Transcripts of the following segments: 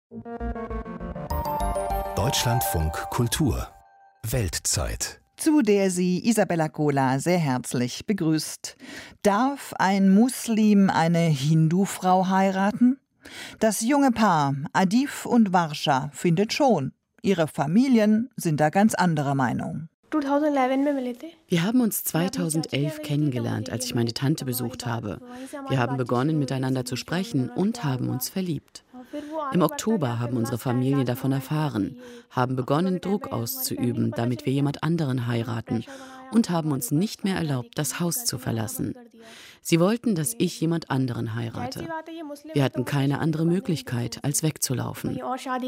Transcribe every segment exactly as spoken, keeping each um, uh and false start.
Deutschlandfunk Kultur Weltzeit, zu der sie Isabella Gola sehr herzlich begrüßt. Darf ein Muslim eine Hindu-Frau heiraten? Das junge Paar Adif und Varsha findet schon. Ihre Familien sind da ganz anderer Meinung. Wir haben uns zweitausendelf kennengelernt, als ich meine Tante besucht habe. Wir haben begonnen, miteinander zu sprechen und haben uns verliebt. Im Oktober haben unsere Familien davon erfahren, haben begonnen, Druck auszuüben, damit wir jemand anderen heiraten und haben uns nicht mehr erlaubt, das Haus zu verlassen. Sie wollten, dass ich jemand anderen heirate. Wir hatten keine andere Möglichkeit, als wegzulaufen.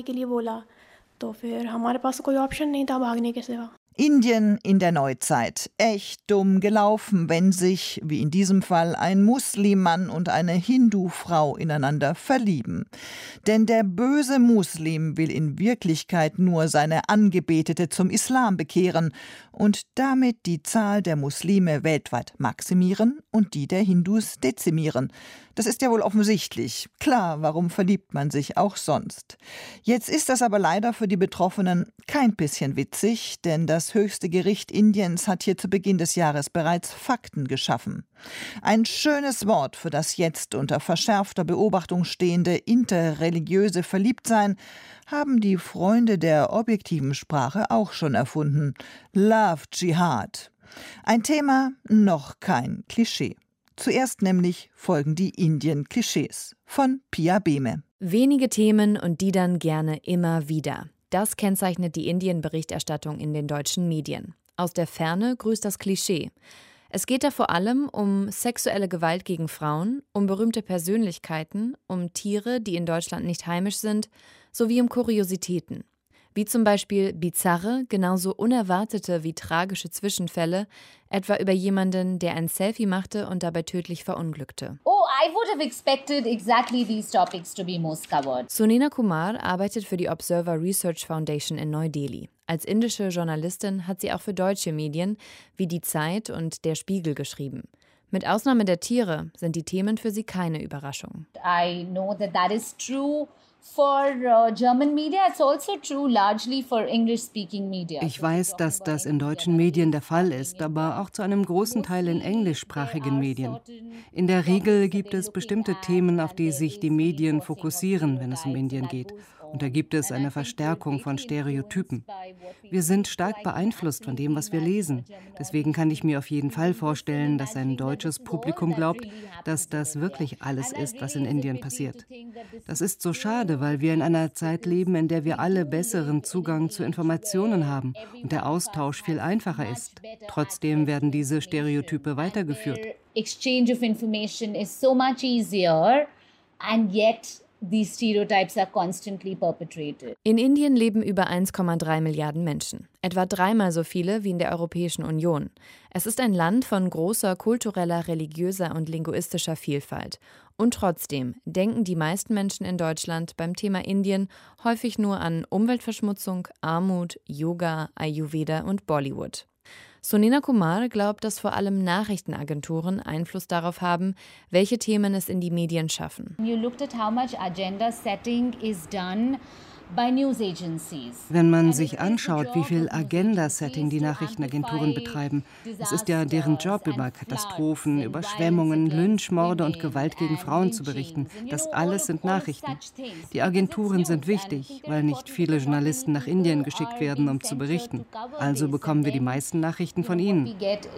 Indien in der Neuzeit. Echt dumm gelaufen, wenn sich, wie in diesem Fall, ein Muslimmann und eine Hindu-Frau ineinander verlieben. Denn der böse Muslim will in Wirklichkeit nur seine Angebetete zum Islam bekehren und damit die Zahl der Muslime weltweit maximieren und die der Hindus dezimieren. Das ist ja wohl offensichtlich. Klar, warum verliebt man sich auch sonst? Jetzt ist das aber leider für die Betroffenen kein bisschen witzig, denn das höchste Gericht Indiens hat hier zu Beginn des Jahres bereits Fakten geschaffen. Ein schönes Wort für das jetzt unter verschärfter Beobachtung stehende interreligiöse Verliebtsein haben die Freunde der objektiven Sprache auch schon erfunden. Love Jihad. Ein Thema, noch kein Klischee. Zuerst nämlich folgen die Indien-Klischees von Pia Behme. Wenige Themen und die dann gerne immer wieder. Das kennzeichnet die Indien-Berichterstattung in den deutschen Medien. Aus der Ferne grüßt das Klischee. Es geht da vor allem um sexuelle Gewalt gegen Frauen, um berühmte Persönlichkeiten, um Tiere, die in Deutschland nicht heimisch sind, sowie um Kuriositäten. Wie zum Beispiel bizarre, genauso unerwartete wie tragische Zwischenfälle, etwa über jemanden, der ein Selfie machte und dabei tödlich verunglückte. Oh, I would have expected exactly these topics to be most covered. Sunena Kumar arbeitet für die Observer Research Foundation in Neu-Delhi. Als indische Journalistin hat sie auch für deutsche Medien wie Die Zeit und Der Spiegel geschrieben. Mit Ausnahme der Tiere sind die Themen für sie keine Überraschung. I know that that is true. For uh, German media, it's also true largely for English-speaking media. Ich weiß, dass das in deutschen Medien der Fall ist, aber auch zu einem großen Teil in englischsprachigen Medien. In der Regel gibt es bestimmte Themen, auf die sich die Medien fokussieren, wenn es um Indien geht. Und da gibt es eine Verstärkung von Stereotypen. Wir sind stark beeinflusst von dem, was wir lesen. Deswegen kann ich mir auf jeden Fall vorstellen, dass ein deutsches Publikum glaubt, dass das wirklich alles ist, was in Indien passiert. Das ist so schade, weil wir in einer Zeit leben, in der wir alle besseren Zugang zu Informationen haben und der Austausch viel einfacher ist. Trotzdem werden diese Stereotype weitergeführt. Exchange of information is so much easier and yet these stereotypes are constantly perpetrated. In Indien leben über eins Komma drei Milliarden Menschen, etwa dreimal so viele wie in der Europäischen Union. Es ist ein Land von großer kultureller, religiöser und linguistischer Vielfalt. Und trotzdem denken die meisten Menschen in Deutschland beim Thema Indien häufig nur an Umweltverschmutzung, Armut, Yoga, Ayurveda und Bollywood. Sunena Kumar glaubt, dass vor allem Nachrichtenagenturen Einfluss darauf haben, welche Themen es in die Medien schaffen. You looked at how much agenda setting is done by news agencies. Wenn man sich anschaut, wie viel Agenda-Setting die Nachrichtenagenturen betreiben, es ist ja deren Job, über Katastrophen, Überschwemmungen, Lynchmorde und Gewalt gegen Frauen zu berichten. Das alles sind Nachrichten. Die Agenturen sind wichtig, weil nicht viele Journalisten nach Indien geschickt werden, um zu berichten. Also bekommen wir die meisten Nachrichten von ihnen.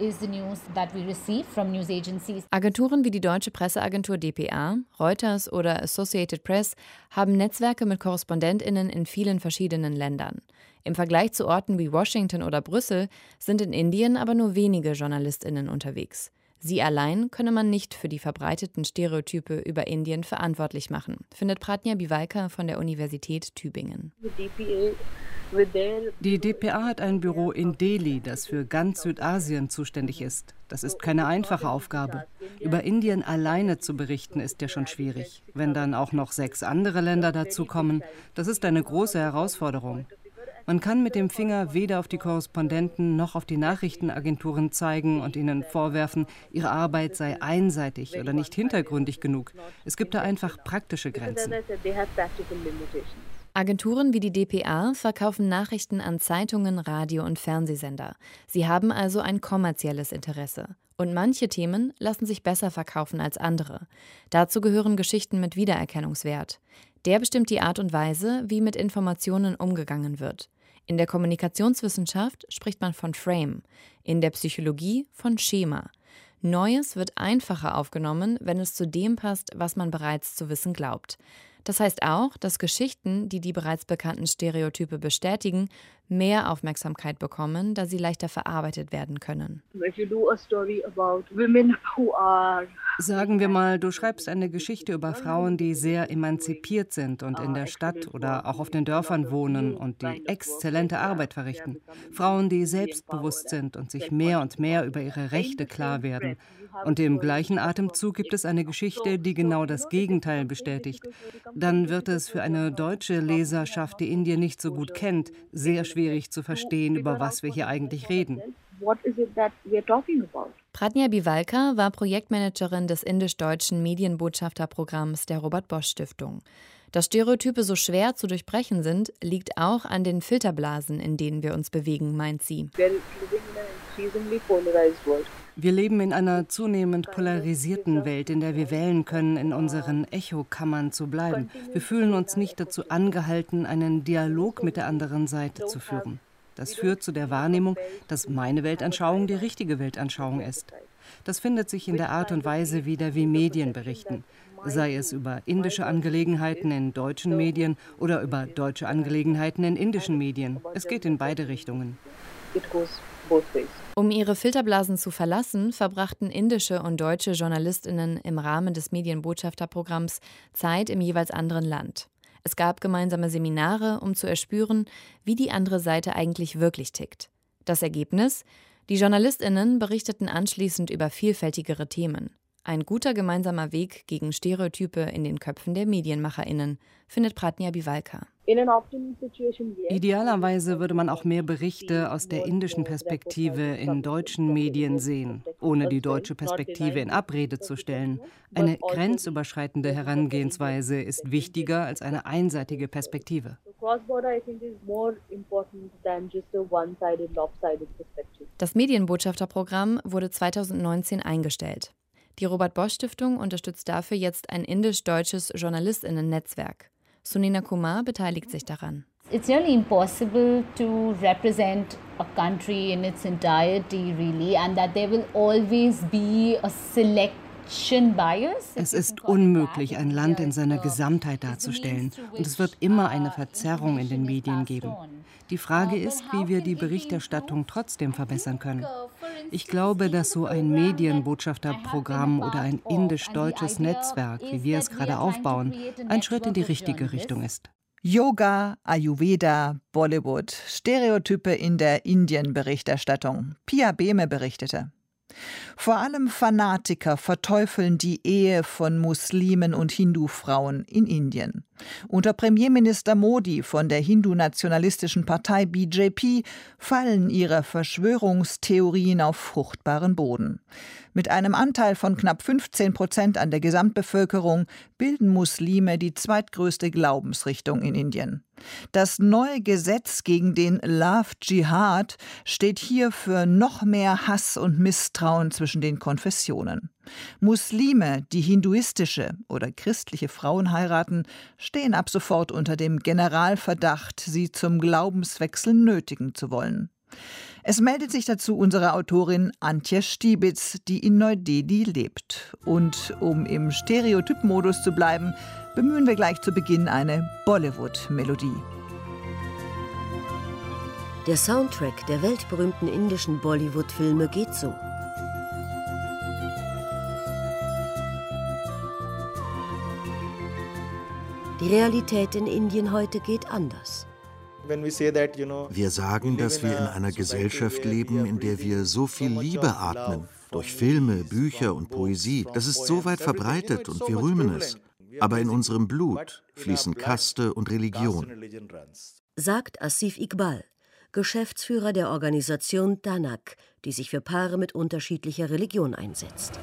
Agenturen wie die deutsche Presseagentur D P A, Reuters oder Associated Press haben Netzwerke mit KorrespondentInnen in vielen verschiedenen Ländern. Im Vergleich zu Orten wie Washington oder Brüssel sind in Indien aber nur wenige JournalistInnen unterwegs. Sie allein könne man nicht für die verbreiteten Stereotype über Indien verantwortlich machen, findet Pratnya Bivalka von der Universität Tübingen. Die D P A hat ein Büro in Delhi, das für ganz Südasien zuständig ist. Das ist keine einfache Aufgabe. Über Indien alleine zu berichten, ist ja schon schwierig. Wenn dann auch noch sechs andere Länder dazukommen, das ist eine große Herausforderung. Man kann mit dem Finger weder auf die Korrespondenten noch auf die Nachrichtenagenturen zeigen und ihnen vorwerfen, ihre Arbeit sei einseitig oder nicht hintergründig genug. Es gibt da einfach praktische Grenzen. Agenturen wie die D P A verkaufen Nachrichten an Zeitungen, Radio- und Fernsehsender. Sie haben also ein kommerzielles Interesse. Und manche Themen lassen sich besser verkaufen als andere. Dazu gehören Geschichten mit Wiedererkennungswert. Der bestimmt die Art und Weise, wie mit Informationen umgegangen wird. In der Kommunikationswissenschaft spricht man von Frame, in der Psychologie von Schema. Neues wird einfacher aufgenommen, wenn es zu dem passt, was man bereits zu wissen glaubt. Das heißt auch, dass Geschichten, die die bereits bekannten Stereotype bestätigen, mehr Aufmerksamkeit bekommen, da sie leichter verarbeitet werden können. Sagen wir mal, du schreibst eine Geschichte über Frauen, die sehr emanzipiert sind und in der Stadt oder auch auf den Dörfern wohnen und die exzellente Arbeit verrichten. Frauen, die selbstbewusst sind und sich mehr und mehr über ihre Rechte klar werden. Und im gleichen Atemzug gibt es eine Geschichte, die genau das Gegenteil bestätigt. Dann wird es für eine deutsche Leserschaft, die Indien nicht so gut kennt, sehr schwierig zu verstehen, über was wir hier eigentlich reden. Pradnya Bivalkar war Projektmanagerin des indisch-deutschen Medienbotschafterprogramms der Robert-Bosch-Stiftung. Dass Stereotype so schwer zu durchbrechen sind, liegt auch an den Filterblasen, in denen wir uns bewegen, meint sie. Wir leben in einer zunehmend polarisierten Welt, in der wir wählen können, in unseren Echokammern zu bleiben. Wir fühlen uns nicht dazu angehalten, einen Dialog mit der anderen Seite zu führen. Das führt zu der Wahrnehmung, dass meine Weltanschauung die richtige Weltanschauung ist. Das findet sich in der Art und Weise wieder, wie Medien berichten. Sei es über indische Angelegenheiten in deutschen Medien oder über deutsche Angelegenheiten in indischen Medien. Es geht in beide Richtungen. Um ihre Filterblasen zu verlassen, verbrachten indische und deutsche JournalistInnen im Rahmen des Medienbotschafterprogramms Zeit im jeweils anderen Land. Es gab gemeinsame Seminare, um zu erspüren, wie die andere Seite eigentlich wirklich tickt. Das Ergebnis? Die JournalistInnen berichteten anschließend über vielfältigere Themen. Ein guter gemeinsamer Weg gegen Stereotype in den Köpfen der MedienmacherInnen, findet Pradnya Bivalkar. Idealerweise würde man auch mehr Berichte aus der indischen Perspektive in deutschen Medien sehen, ohne die deutsche Perspektive in Abrede zu stellen. Eine grenzüberschreitende Herangehensweise ist wichtiger als eine einseitige Perspektive. Das Medienbotschafterprogramm wurde zweitausendneunzehn eingestellt. Die Robert-Bosch-Stiftung unterstützt dafür jetzt ein indisch-deutsches JournalistInnen-Netzwerk. Sunina Kumar beteiligt sich daran. It's really impossible to represent a country in its entirety, really, and that there will always be a selection bias. Es ist unmöglich, ein Land in seiner Gesamtheit darzustellen, und es wird immer eine Verzerrung in den Medien geben. Die Frage ist, wie wir die Berichterstattung trotzdem verbessern können. Ich glaube, dass so ein Medienbotschafterprogramm oder ein indisch-deutsches Netzwerk, wie wir es gerade aufbauen, ein Schritt in die richtige Richtung ist. Yoga, Ayurveda, Bollywood, Stereotype in der Indien-Berichterstattung. Pia Behme berichtete. Vor allem Fanatiker verteufeln die Ehe von Muslimen und Hindu-Frauen in Indien. Unter Premierminister Modi von der hindu-nationalistischen Partei B J P fallen ihre Verschwörungstheorien auf fruchtbaren Boden. Mit einem Anteil von knapp fünfzehn Prozent an der Gesamtbevölkerung bilden Muslime die zweitgrößte Glaubensrichtung in Indien. Das neue Gesetz gegen den Love Jihad steht hier für noch mehr Hass und Misstrauen zwischen den Konfessionen. Muslime, die hinduistische oder christliche Frauen heiraten, stehen ab sofort unter dem Generalverdacht, sie zum Glaubenswechsel nötigen zu wollen. Es meldet sich dazu unsere Autorin Antje Stiebitz, die in Neu-Delhi lebt. Und um im Stereotyp-Modus zu bleiben, bemühen wir gleich zu Beginn eine Bollywood-Melodie. Der Soundtrack der weltberühmten indischen Bollywood-Filme geht so. Die Realität in Indien heute geht anders. Wir sagen, dass wir in einer Gesellschaft leben, in der wir so viel Liebe atmen, durch Filme, Bücher und Poesie. Das ist so weit verbreitet und wir rühmen es. Aber in unserem Blut fließen Kaste und Religion. sagt Asif Iqbal, Geschäftsführer der Organisation Danak, die sich für Paare mit unterschiedlicher Religion einsetzt.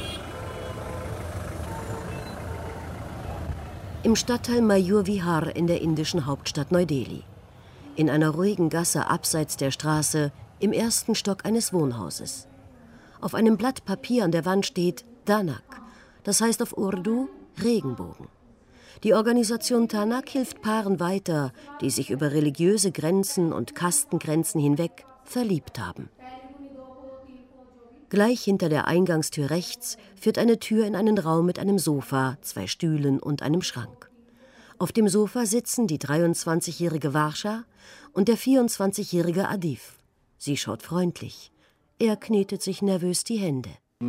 Im Stadtteil Mayur Vihar in der indischen Hauptstadt Neu-Delhi. In einer ruhigen Gasse abseits der Straße, im ersten Stock eines Wohnhauses. Auf einem Blatt Papier an der Wand steht Danak, das heißt auf Urdu Regenbogen. Die Organisation Danak hilft Paaren weiter, die sich über religiöse Grenzen und Kastengrenzen hinweg verliebt haben. Gleich hinter der Eingangstür rechts führt eine Tür in einen Raum mit einem Sofa, zwei Stühlen und einem Schrank. Auf dem Sofa sitzen die dreiundzwanzigjährige Varsha und der vierundzwanzigjährige Adif. Sie schaut freundlich. Er knetet sich nervös die Hände.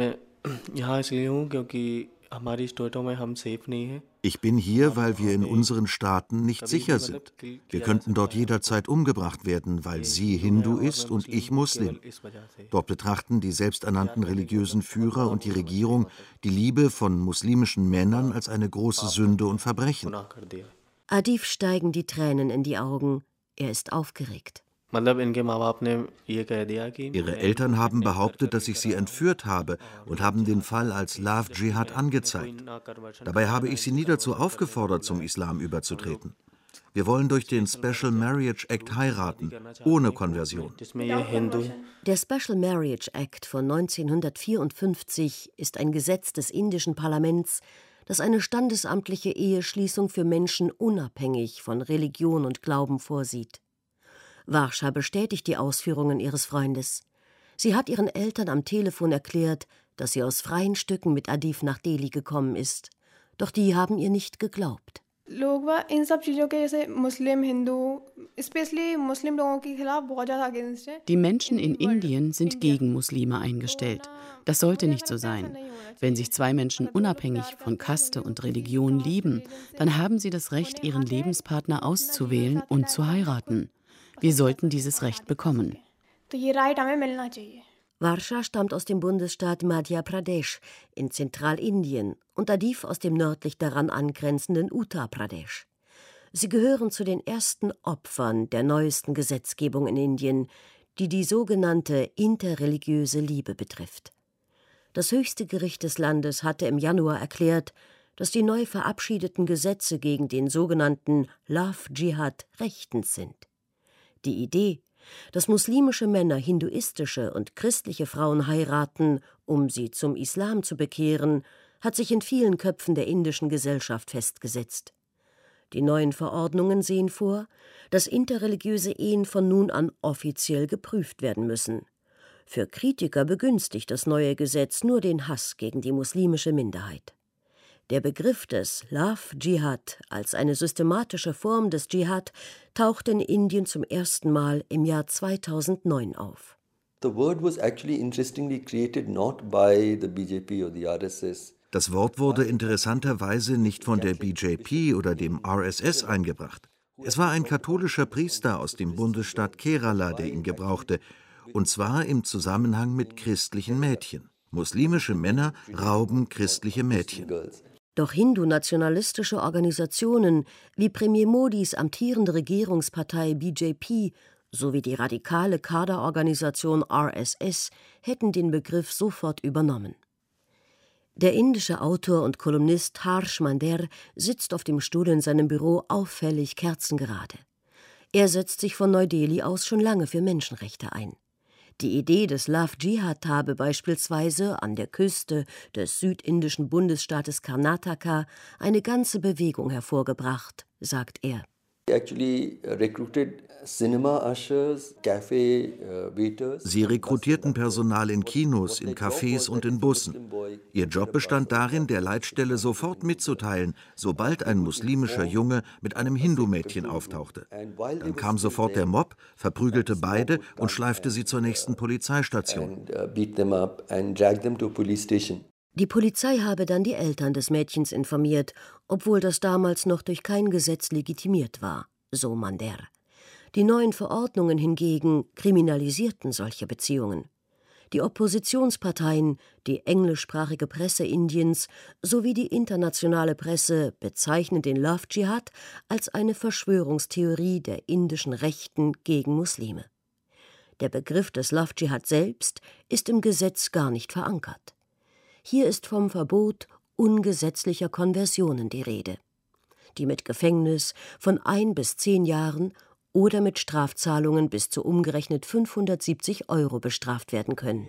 Ich bin hier, weil wir in unseren Staaten nicht sicher sind. Wir könnten dort jederzeit umgebracht werden, weil sie Hindu ist und ich Muslim. Dort betrachten die selbsternannten religiösen Führer und die Regierung die Liebe von muslimischen Männern als eine große Sünde und Verbrechen. Adif steigen die Tränen in die Augen. Er ist aufgeregt. Ihre Eltern haben behauptet, dass ich sie entführt habe und haben den Fall als Love Jihad angezeigt. Dabei habe ich sie nie dazu aufgefordert, zum Islam überzutreten. Wir wollen durch den Special Marriage Act heiraten, ohne Konversion. Der Special Marriage Act von neunzehnhundertvierundfünfzig ist ein Gesetz des indischen Parlaments, das eine standesamtliche Eheschließung für Menschen unabhängig von Religion und Glauben vorsieht. Varsha bestätigt die Ausführungen ihres Freundes. Sie hat ihren Eltern am Telefon erklärt, dass sie aus freien Stücken mit Adif nach Delhi gekommen ist. Doch die haben ihr nicht geglaubt. Die Menschen in Indien sind gegen Muslime eingestellt. Das sollte nicht so sein. Wenn sich zwei Menschen unabhängig von Kaste und Religion lieben, dann haben sie das Recht, ihren Lebenspartner auszuwählen und zu heiraten. Wir sollten dieses Recht bekommen. Varsha stammt aus dem Bundesstaat Madhya Pradesh in Zentralindien und Adif aus dem nördlich daran angrenzenden Uttar Pradesh. Sie gehören zu den ersten Opfern der neuesten Gesetzgebung in Indien, die die sogenannte interreligiöse Liebe betrifft. Das höchste Gericht des Landes hatte im Januar erklärt, dass die neu verabschiedeten Gesetze gegen den sogenannten Love Jihad rechtens sind. Die Idee, dass muslimische Männer hinduistische und christliche Frauen heiraten, um sie zum Islam zu bekehren, hat sich in vielen Köpfen der indischen Gesellschaft festgesetzt. Die neuen Verordnungen sehen vor, dass interreligiöse Ehen von nun an offiziell geprüft werden müssen. Für Kritiker begünstigt das neue Gesetz nur den Hass gegen die muslimische Minderheit. Der Begriff des Love Jihad als eine systematische Form des Dschihad tauchte in Indien zum ersten Mal im Jahr zweitausendneun auf. Das Wort wurde interessanterweise nicht von der B J P oder dem R S S eingebracht. Es war ein katholischer Priester aus dem Bundesstaat Kerala, der ihn gebrauchte, und zwar im Zusammenhang mit christlichen Mädchen. Muslimische Männer rauben christliche Mädchen. Doch hindu-nationalistische Organisationen wie Premier Modis amtierende Regierungspartei B J P sowie die radikale Kaderorganisation R S S hätten den Begriff sofort übernommen. Der indische Autor und Kolumnist Harsh Mander sitzt auf dem Stuhl in seinem Büro auffällig kerzengerade. Er setzt sich von Neu-Delhi aus schon lange für Menschenrechte ein. Die Idee des Love Jihad habe beispielsweise an der Küste des südindischen Bundesstaates Karnataka eine ganze Bewegung hervorgebracht, sagt er. Sie rekrutierten Personal in Kinos, in Cafés und in Bussen. Ihr Job bestand darin, der Leitstelle sofort mitzuteilen, sobald ein muslimischer Junge mit einem Hindu-Mädchen auftauchte. Dann kam sofort der Mob, verprügelte beide und schleifte sie zur nächsten Polizeistation. Die Polizei habe dann die Eltern des Mädchens informiert, obwohl das damals noch durch kein Gesetz legitimiert war, so Mander. Die neuen Verordnungen hingegen kriminalisierten solche Beziehungen. Die Oppositionsparteien, die englischsprachige Presse Indiens sowie die internationale Presse bezeichnen den Love Dschihad als eine Verschwörungstheorie der indischen Rechten gegen Muslime. Der Begriff des Love Dschihad selbst ist im Gesetz gar nicht verankert. Hier ist vom Verbot ungesetzlicher Konversionen die Rede, die mit Gefängnis von ein bis zehn Jahren oder mit Strafzahlungen bis zu umgerechnet fünfhundertsiebzig Euro bestraft werden können.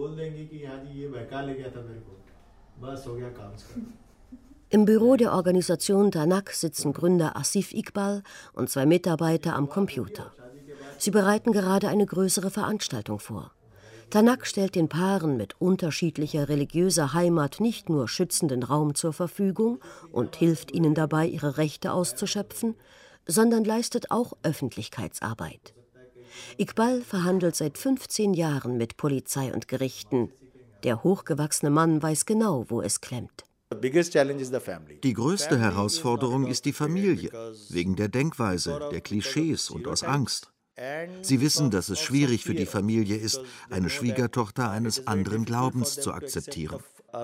Im Büro der Organisation Tanak sitzen Gründer Asif Iqbal und zwei Mitarbeiter am Computer. Sie bereiten gerade eine größere Veranstaltung vor. Tanak stellt den Paaren mit unterschiedlicher religiöser Heimat nicht nur schützenden Raum zur Verfügung und hilft ihnen dabei, ihre Rechte auszuschöpfen, sondern leistet auch Öffentlichkeitsarbeit. Iqbal verhandelt seit fünfzehn Jahren mit Polizei und Gerichten. Der hochgewachsene Mann weiß genau, wo es klemmt. Die größte Herausforderung ist die Familie, wegen der Denkweise, der Klischees und aus Angst. Sie wissen, dass es schwierig für die Familie ist, eine Schwiegertochter eines anderen Glaubens zu akzeptieren.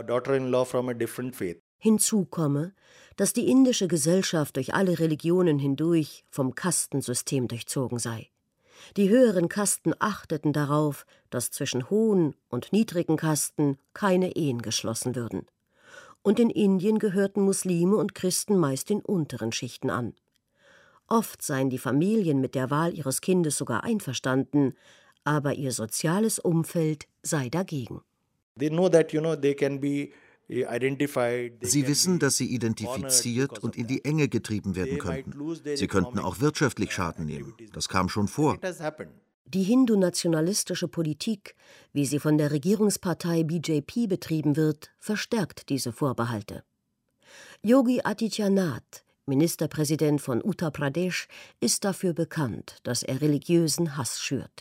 Hinzu komme, dass die indische Gesellschaft durch alle Religionen hindurch vom Kastensystem durchzogen sei. Die höheren Kasten achteten darauf, dass zwischen hohen und niedrigen Kasten keine Ehen geschlossen würden. Und in Indien gehörten Muslime und Christen meist den unteren Schichten an. Oft seien die Familien mit der Wahl ihres Kindes sogar einverstanden, aber ihr soziales Umfeld sei dagegen. Sie wissen, dass sie identifiziert und in die Enge getrieben werden könnten. Sie könnten auch wirtschaftlich Schaden nehmen. Das kam schon vor. Die hindu-nationalistische Politik, wie sie von der Regierungspartei B J P betrieben wird, verstärkt diese Vorbehalte. Yogi Adityanath, Ministerpräsident von Uttar Pradesh, ist dafür bekannt, dass er religiösen Hass schürt.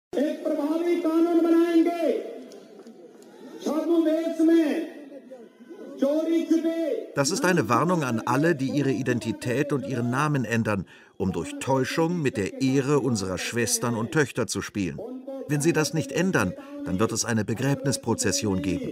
Das ist eine Warnung an alle, die ihre Identität und ihren Namen ändern, um durch Täuschung mit der Ehre unserer Schwestern und Töchter zu spielen. Wenn sie das nicht ändern, dann wird es eine Begräbnisprozession geben.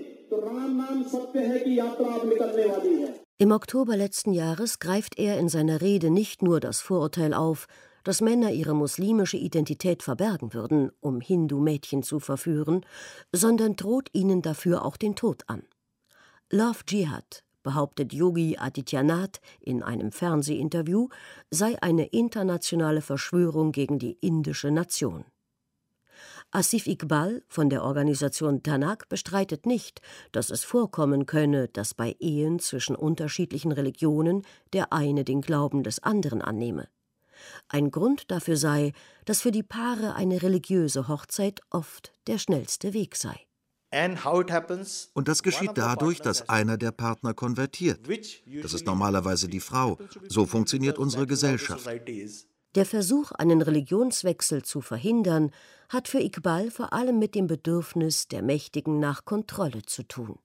Im Oktober letzten Jahres greift er in seiner Rede nicht nur das Vorurteil auf, dass Männer ihre muslimische Identität verbergen würden, um Hindu-Mädchen zu verführen, sondern droht ihnen dafür auch den Tod an. Love Dschihad, behauptet Yogi Adityanath in einem Fernsehinterview, sei eine internationale Verschwörung gegen die indische Nation. Asif Iqbal von der Organisation Tanak bestreitet nicht, dass es vorkommen könne, dass bei Ehen zwischen unterschiedlichen Religionen der eine den Glauben des anderen annehme. Ein Grund dafür sei, dass für die Paare eine religiöse Hochzeit oft der schnellste Weg sei. Und das geschieht dadurch, dass einer der Partner konvertiert. Das ist normalerweise die Frau. So funktioniert unsere Gesellschaft. Der Versuch, einen Religionswechsel zu verhindern, hat für Iqbal vor allem mit dem Bedürfnis der Mächtigen nach Kontrolle zu tun.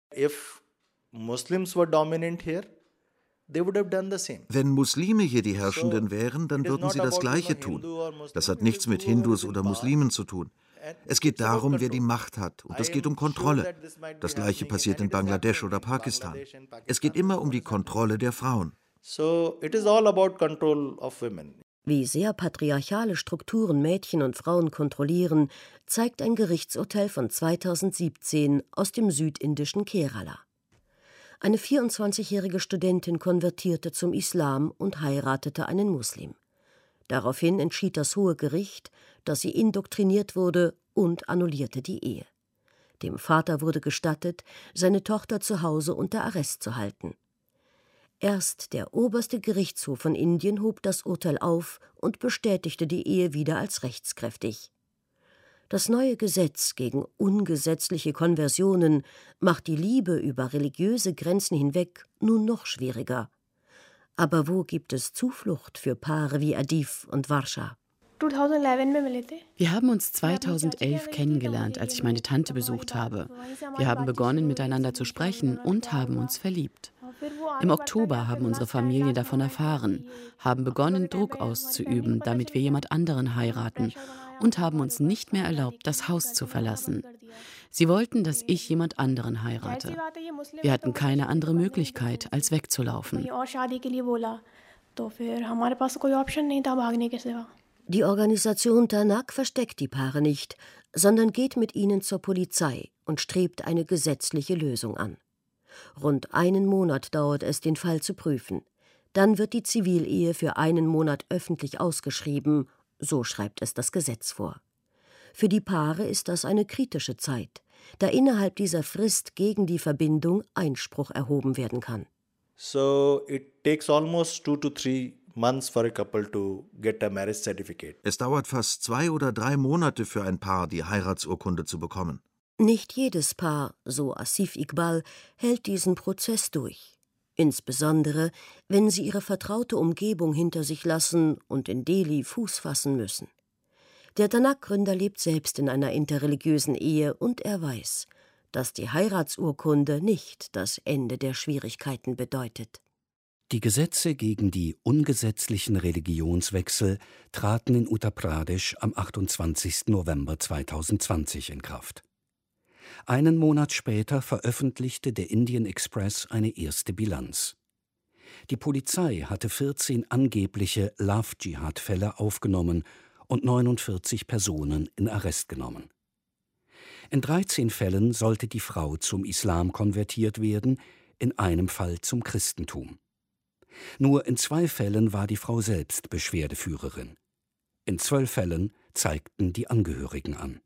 Wenn Muslime hier die Herrschenden wären, dann würden sie das Gleiche tun. Das hat nichts mit Hindus oder Muslimen zu tun. Es geht darum, wer die Macht hat, und es geht um Kontrolle. Das Gleiche passiert in Bangladesch oder Pakistan. Es geht immer um die Kontrolle der Frauen. Wie sehr patriarchale Strukturen Mädchen und Frauen kontrollieren, zeigt ein Gerichtsurteil von zweitausendsiebzehn aus dem südindischen Kerala. Eine vierundzwanzigjährige Studentin konvertierte zum Islam und heiratete einen Muslim. Daraufhin entschied das Hohe Gericht, dass sie indoktriniert wurde und annullierte die Ehe. Dem Vater wurde gestattet, seine Tochter zu Hause unter Arrest zu halten. Erst der oberste Gerichtshof von Indien hob das Urteil auf und bestätigte die Ehe wieder als rechtskräftig. Das neue Gesetz gegen ungesetzliche Konversionen macht die Liebe über religiöse Grenzen hinweg nun noch schwieriger. Aber wo gibt es Zuflucht für Paare wie Adif und Varsha? Wir haben uns zweitausendelf kennengelernt, als ich meine Tante besucht habe. Wir haben begonnen, miteinander zu sprechen und haben uns verliebt. Im Oktober haben unsere Familien davon erfahren, haben begonnen, Druck auszuüben, damit wir jemand anderen heiraten, und haben uns nicht mehr erlaubt, das Haus zu verlassen. Sie wollten, dass ich jemand anderen heirate. Wir hatten keine andere Möglichkeit, als wegzulaufen. Die Organisation Tanak versteckt die Paare nicht, sondern geht mit ihnen zur Polizei und strebt eine gesetzliche Lösung an. Rund einen Monat dauert es, den Fall zu prüfen. Dann wird die Zivilehe für einen Monat öffentlich ausgeschrieben, so schreibt es das Gesetz vor. Für die Paare ist das eine kritische Zeit, da innerhalb dieser Frist gegen die Verbindung Einspruch erhoben werden kann. So it takes almost two to three months for a couple to get a marriage certificate. Es dauert fast zwei oder drei Monate für ein Paar, die Heiratsurkunde zu bekommen. Nicht jedes Paar, so Asif Iqbal, hält diesen Prozess durch. Insbesondere, wenn sie ihre vertraute Umgebung hinter sich lassen und in Delhi Fuß fassen müssen. Der Tanak-Gründer lebt selbst in einer interreligiösen Ehe und er weiß, dass die Heiratsurkunde nicht das Ende der Schwierigkeiten bedeutet. Die Gesetze gegen die ungesetzlichen Religionswechsel traten in Uttar Pradesh am achtundzwanzigsten November zweitausendzwanzig in Kraft. Einen Monat später veröffentlichte der Indian Express eine erste Bilanz. Die Polizei hatte vierzehn angebliche Love-Dschihad-Fälle aufgenommen und neunundvierzig Personen in Arrest genommen. In dreizehn Fällen sollte die Frau zum Islam konvertiert werden, in einem Fall zum Christentum. Nur in zwei Fällen war die Frau selbst Beschwerdeführerin. In zwölf Fällen zeigten die Angehörigen an.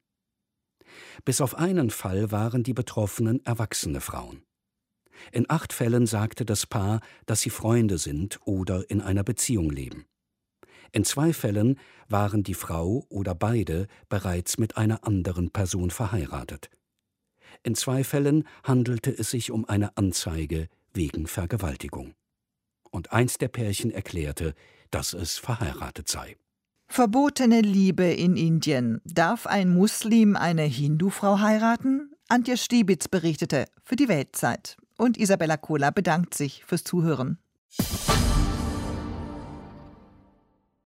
Bis auf einen Fall waren die Betroffenen erwachsene Frauen. In acht Fällen sagte das Paar, dass sie Freunde sind oder in einer Beziehung leben. In zwei Fällen waren die Frau oder beide bereits mit einer anderen Person verheiratet. In zwei Fällen handelte es sich um eine Anzeige wegen Vergewaltigung. Und eins der Pärchen erklärte, dass es verheiratet sei. Verbotene Liebe in Indien. Darf ein Muslim eine Hindu-Frau heiraten? Antje Stibitz berichtete für die Weltzeit. Und Isabella Kohler bedankt sich fürs Zuhören.